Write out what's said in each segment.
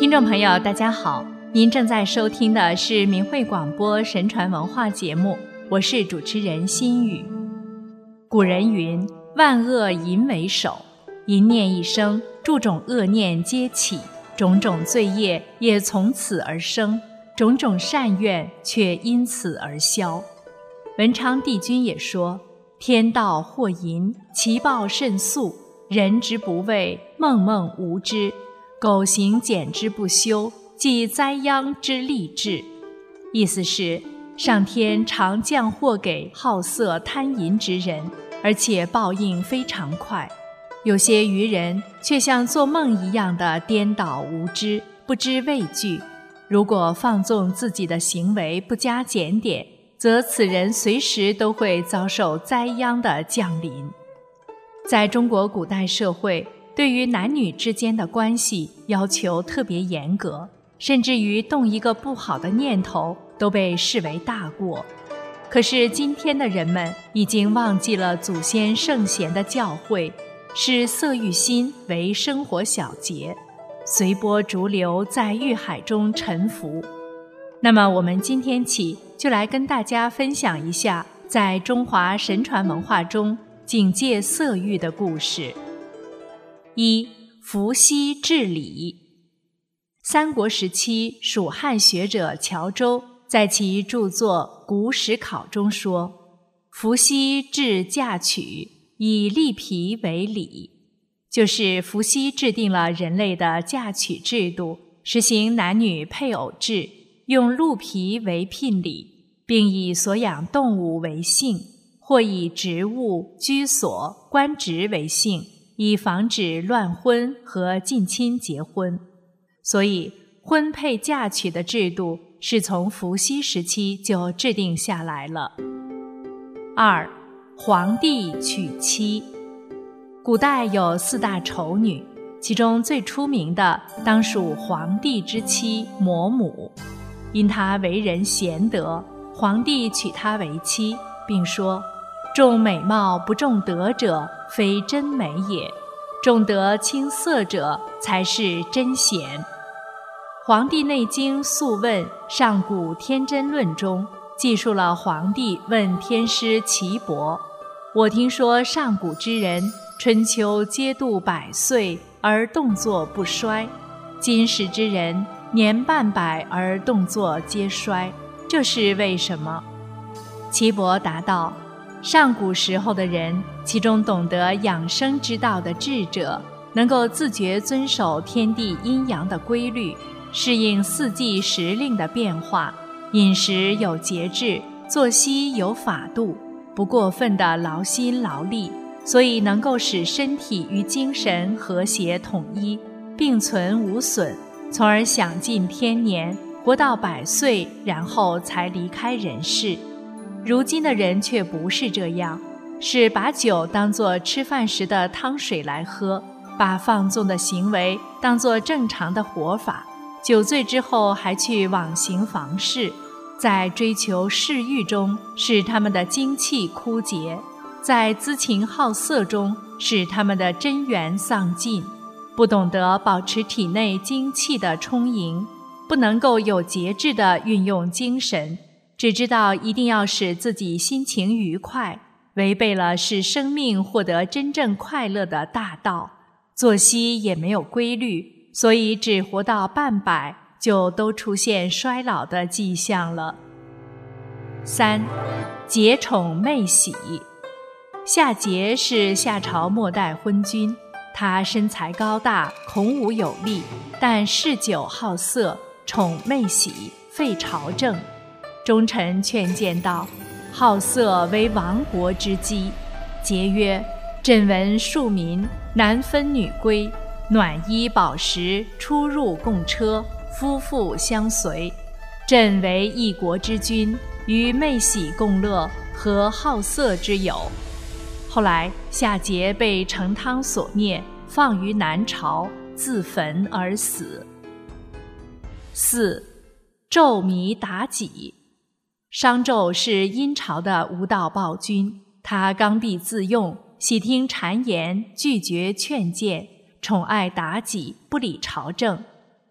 听众朋友大家好，您正在收听的是明慧广播神传文化节目，我是主持人心雨。古人云，万恶淫为首，淫念一生，诸种恶念皆起，种种罪业也从此而生，种种善愿却因此而消。文昌帝君也说，天道或淫，其报甚速，人之不畏，梦梦无知，苟行俭之不修，即灾殃之励志。意思是上天常降祸给好色贪淫之人，而且报应非常快。有些愚人却像做梦一样的颠倒无知，不知畏惧。如果放纵自己的行为不加检点，则此人随时都会遭受灾殃的降临。在中国古代社会，对于男女之间的关系要求特别严格，甚至于动一个不好的念头都被视为大过。可是今天的人们已经忘记了祖先圣贤的教诲，视色欲心为生活小节，随波逐流，在欲海中沉浮。那么我们今天起就来跟大家分享一下在中华神传文化中警戒色欲的故事。一、伏羲治理。三国时期，蜀汉学者乔州在其著作《古史考》中说，伏羲治嫁娶，以栗皮为礼，就是伏羲制定了人类的嫁娶制度，实行男女配偶制，用鹿皮为聘礼，并以所养动物为姓，或以职务、居所、官职为姓，以防止乱婚和近亲结婚。所以婚配嫁娶的制度是从伏羲时期就制定下来了。二、皇帝娶妻。古代有四大丑女，其中最出名的当属皇帝之妻嫫母。因她为人贤德，皇帝娶她为妻，并说，重美貌不重德者，非真美也，重德轻色者，才是真贤。黄帝内经素问上古天真论中记述了黄帝问天师岐伯，我听说上古之人春秋皆度100岁而动作不衰，今时之人年半百而动作皆衰，这是为什么？岐伯答道，上古时候的人，其中懂得养生之道的智者，能够自觉遵守天地阴阳的规律，适应四季时令的变化，饮食有节制，作息有法度，不过分的劳心劳力，所以能够使身体与精神和谐统一，并存无损，从而享尽天年，活到100岁，然后才离开人世。如今的人却不是这样，是把酒当作吃饭时的汤水来喝，把放纵的行为当作正常的活法，酒醉之后还去妄行房事，在追求嗜欲中使他们的精气枯竭，在恣情好色中使他们的真元丧尽，不懂得保持体内精气的充盈，不能够有节制地运用精神，只知道一定要使自己心情愉快，违背了使生命获得真正快乐的大道，作息也没有规律，所以只活到半百就都出现衰老的迹象了。三、结宠媚喜。夏桀是夏朝末代昏君，他身材高大，孔武有力，但嗜酒好色，宠媚喜，废朝政。忠臣劝谏道，好色为亡国之基。桀曰，朕闻庶民男分女归，暖衣饱食，出入共车，夫妇相随。朕为一国之君，与媚喜共乐，何好色之有？后来夏桀被成汤所灭，放于南朝，自焚而死。四、纣迷妲己。商纣是殷朝的无道暴君，他刚愎自用，喜听谗言，拒绝劝谏，宠爱妲己，不理朝政。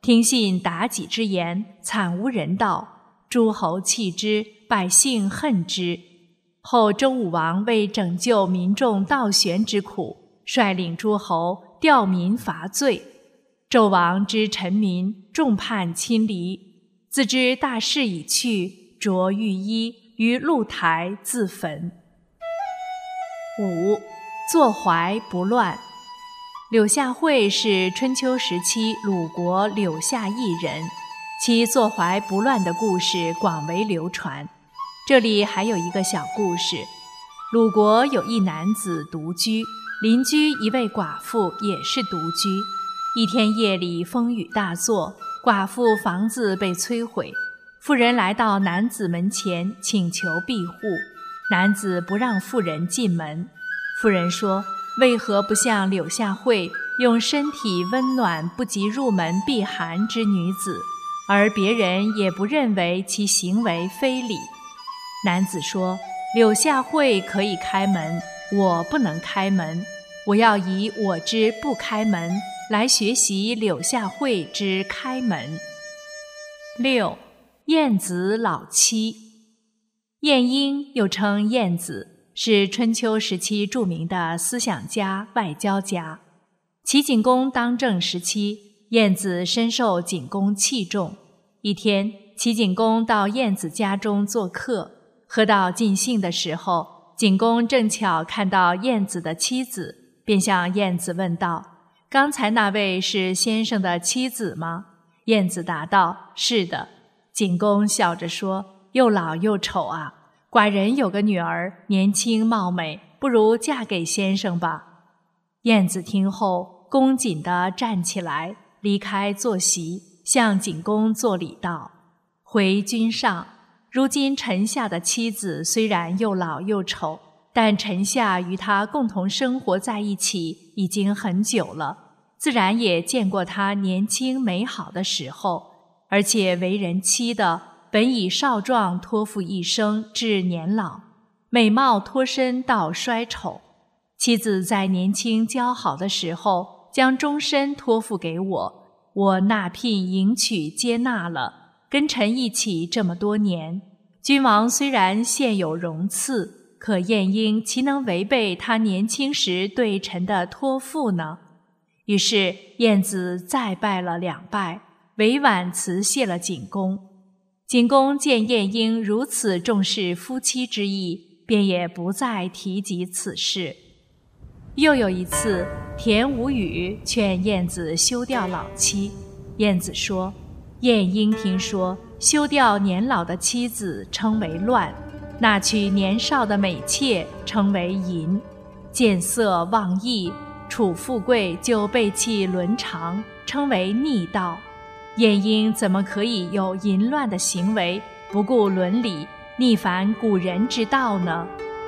听信妲己之言，惨无人道，诸侯弃之，百姓恨之。后周武王为拯救民众倒悬之苦，率领诸侯吊民伐罪。纣王知臣民，众叛亲离，自知大势已去，着御衣于露台自焚。5. 坐怀不乱。柳下惠是春秋时期鲁国柳下一人，其坐怀不乱的故事广为流传。这里还有一个小故事，鲁国有一男子独居，邻居一位寡妇也是独居。一天夜里风雨大作，寡妇房子被摧毁，妇人来到男子门前请求庇护，男子不让妇人进门。妇人说，为何不像柳下惠用身体温暖不及入门避寒之女子，而别人也不认为其行为非礼？男子说，柳下惠可以开门，我不能开门，我要以我之不开门来学习柳下惠之开门。6. 晏子老妻。晏婴又称晏子，是春秋时期著名的思想家、外交家。齐景公当政时期，晏子深受景公器重。一天，齐景公到晏子家中做客，喝到尽兴的时候，景公正巧看到晏子的妻子，便向晏子问道，刚才那位是先生的妻子吗？晏子答道，是的。景公笑着说，又老又丑啊，寡人有个女儿，年轻貌美，不如嫁给先生吧。晏子听后，恭谨地站起来，离开坐席，向景公作礼道，回君上，如今臣下的妻子虽然又老又丑，但臣下与她共同生活在一起已经很久了，自然也见过她年轻美好的时候，而且为人妻的本以少壮托付一生至年老，美貌脱身到衰丑。妻子在年轻姣好的时候将终身托付给我，我纳聘迎娶接纳了，跟臣一起这么多年。君王虽然现有荣赐，可晏婴岂能违背他年轻时对臣的托付呢？于是晏子再拜了2拜，委婉辞谢了景公。景公见晏婴如此重视夫妻之义，便也不再提及此事。又有一次，田无宇劝晏子休掉老妻。晏子说，晏婴听说休掉年老的妻子称为乱，纳娶年少的美妾称为淫，见色忘义，处富贵就背弃伦常，称为逆道。晏婴怎么可以有淫乱的行为，不顾伦理，逆反古人之道呢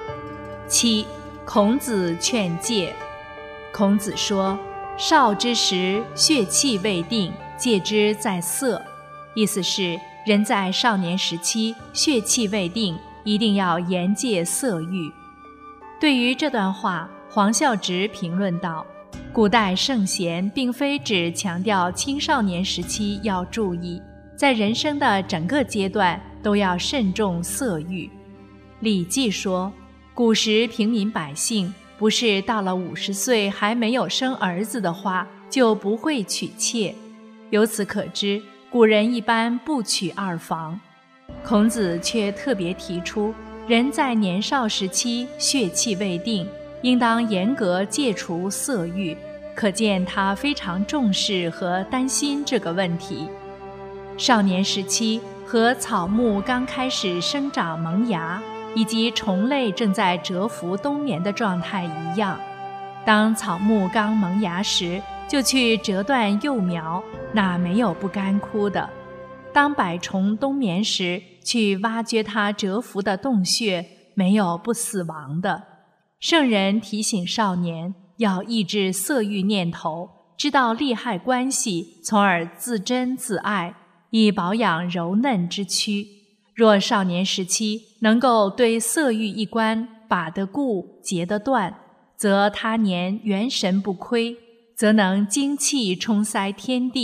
？7. 孔子劝戒。孔子说，少之时，血气未定，戒之在色。意思是，人在少年时期，血气未定，一定要严戒色欲。对于这段话，黄孝直评论道，古代圣贤并非只强调青少年时期要注意，在人生的整个阶段都要慎重色欲。礼记说，古时平民百姓不是到了50岁还没有生儿子的话，就不会娶妾。由此可知，古人一般不娶二房。孔子却特别提出，人在年少时期血气未定，应当严格戒除色欲，可见他非常重视和担心这个问题。少年时期和草木刚开始生长萌芽，以及虫类正在蛰伏冬眠的状态一样，当草木刚萌芽时，就去折断幼苗，那没有不干枯的；当百虫冬眠时，去挖掘它蛰伏的洞穴，没有不死亡的。圣人提醒少年要抑制色欲念头，知道利害关系，从而自珍自爱，以保养柔嫩之躯。若少年时期能够对色欲一关把得固、截得断，则他年元神不亏，则能精气充塞天地，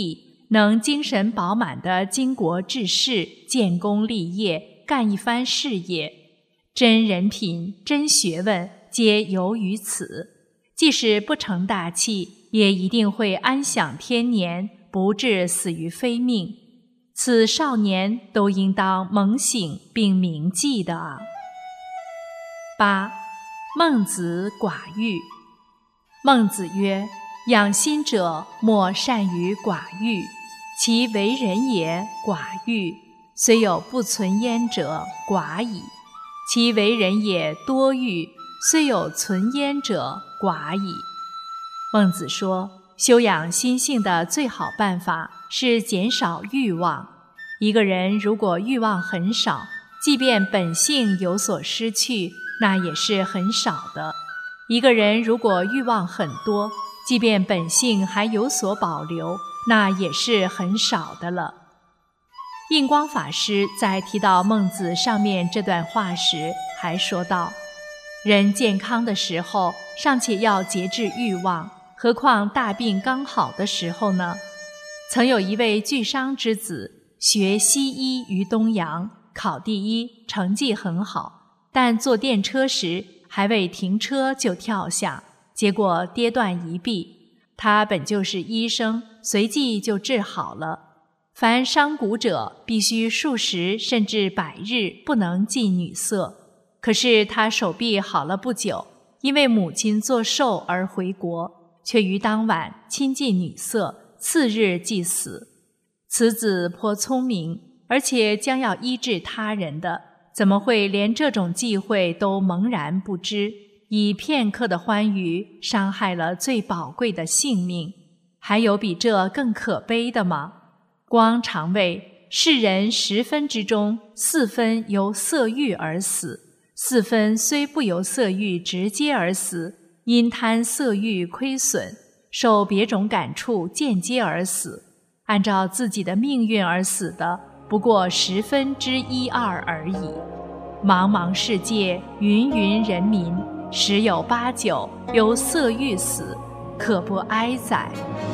能精神饱满地经国治世，建功立业，干一番事业。真人品、真学问皆由于此，即使不成大器，也一定会安享天年，不致死于非命。此少年都应当猛醒并铭记的啊。8. 孟子寡欲。孟子曰：养心者莫善于寡欲，其为人也寡欲，虽有不存焉者寡矣；其为人也多欲，虽有存焉者寡矣。孟子说，修养心性的最好办法是减少欲望。一个人如果欲望很少，即便本性有所失去，那也是很少的。一个人如果欲望很多，即便本性还有所保留，那也是很少的了。印光法师在提到孟子上面这段话时，还说道：人健康的时候尚且要节制欲望，何况大病刚好的时候呢？曾有一位巨商之子，学西医于东洋，考第一，成绩很好，但坐电车时还未停车就跳下，结果跌断一臂。他本就是医生，随即就治好了。凡伤骨者必须数十甚至100日不能近女色。可是他手臂好了不久，因为母亲做寿而回国，却于当晚亲近女色，次日即死。此子颇聪明，而且将要医治他人的，怎么会连这种忌讳都茫然不知，以片刻的欢愉伤害了最宝贵的性命？还有比这更可悲的吗？光肠胃，世人10分之中4分由色欲而死，4分虽不由色欲直接而死，因贪色欲亏损，受别种感触间接而死，按照自己的命运而死的不过1/10、1、2而已。茫茫世界，芸芸人民，10有8、9由色欲死，可不哀哉！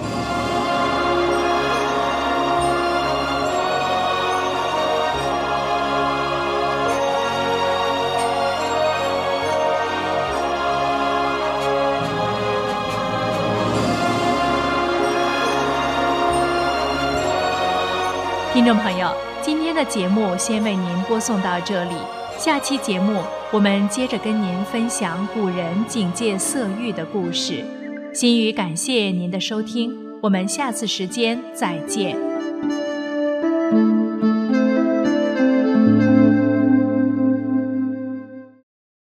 听众朋友，今天的节目先为您播送到这里，下期节目我们接着跟您分享古人警戒色欲的故事。心语感谢您的收听，我们下次时间再见。